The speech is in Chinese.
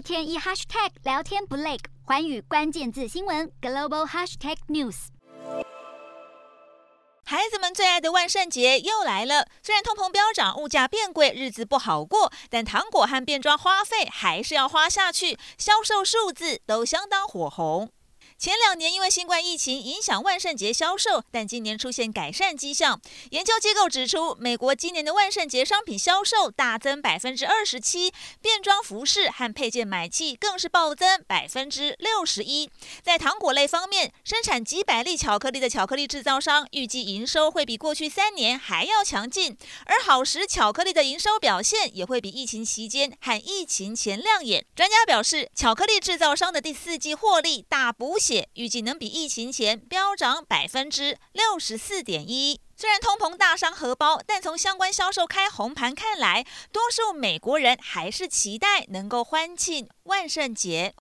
天一 hashtag 聊天不累，寰宇关键字新闻 global hashtag news。 孩子们最爱的万圣节又来了，虽然通膨飙涨，物价变贵，日子不好过，但糖果和变装花费还是要花下去，销售数字都相当火红。前2年因为新冠疫情影响万圣节销售，但今年出现改善迹象。研究机构指出，美国今年的万圣节商品销售大增27%，变装服饰和配件买气更是暴增61%。在糖果类方面，生产几百粒巧克力的巧克力制造商预计营收会比过去3年还要强劲，而好时巧克力的营收表现也会比疫情期间和疫情前亮眼。专家表示，巧克力制造商的第4季获利大补血，预计能比疫情前飙涨64.1%。虽然通膨大伤荷包，但从相关销售开红盘看来，多数美国人还是期待能够欢庆万圣节。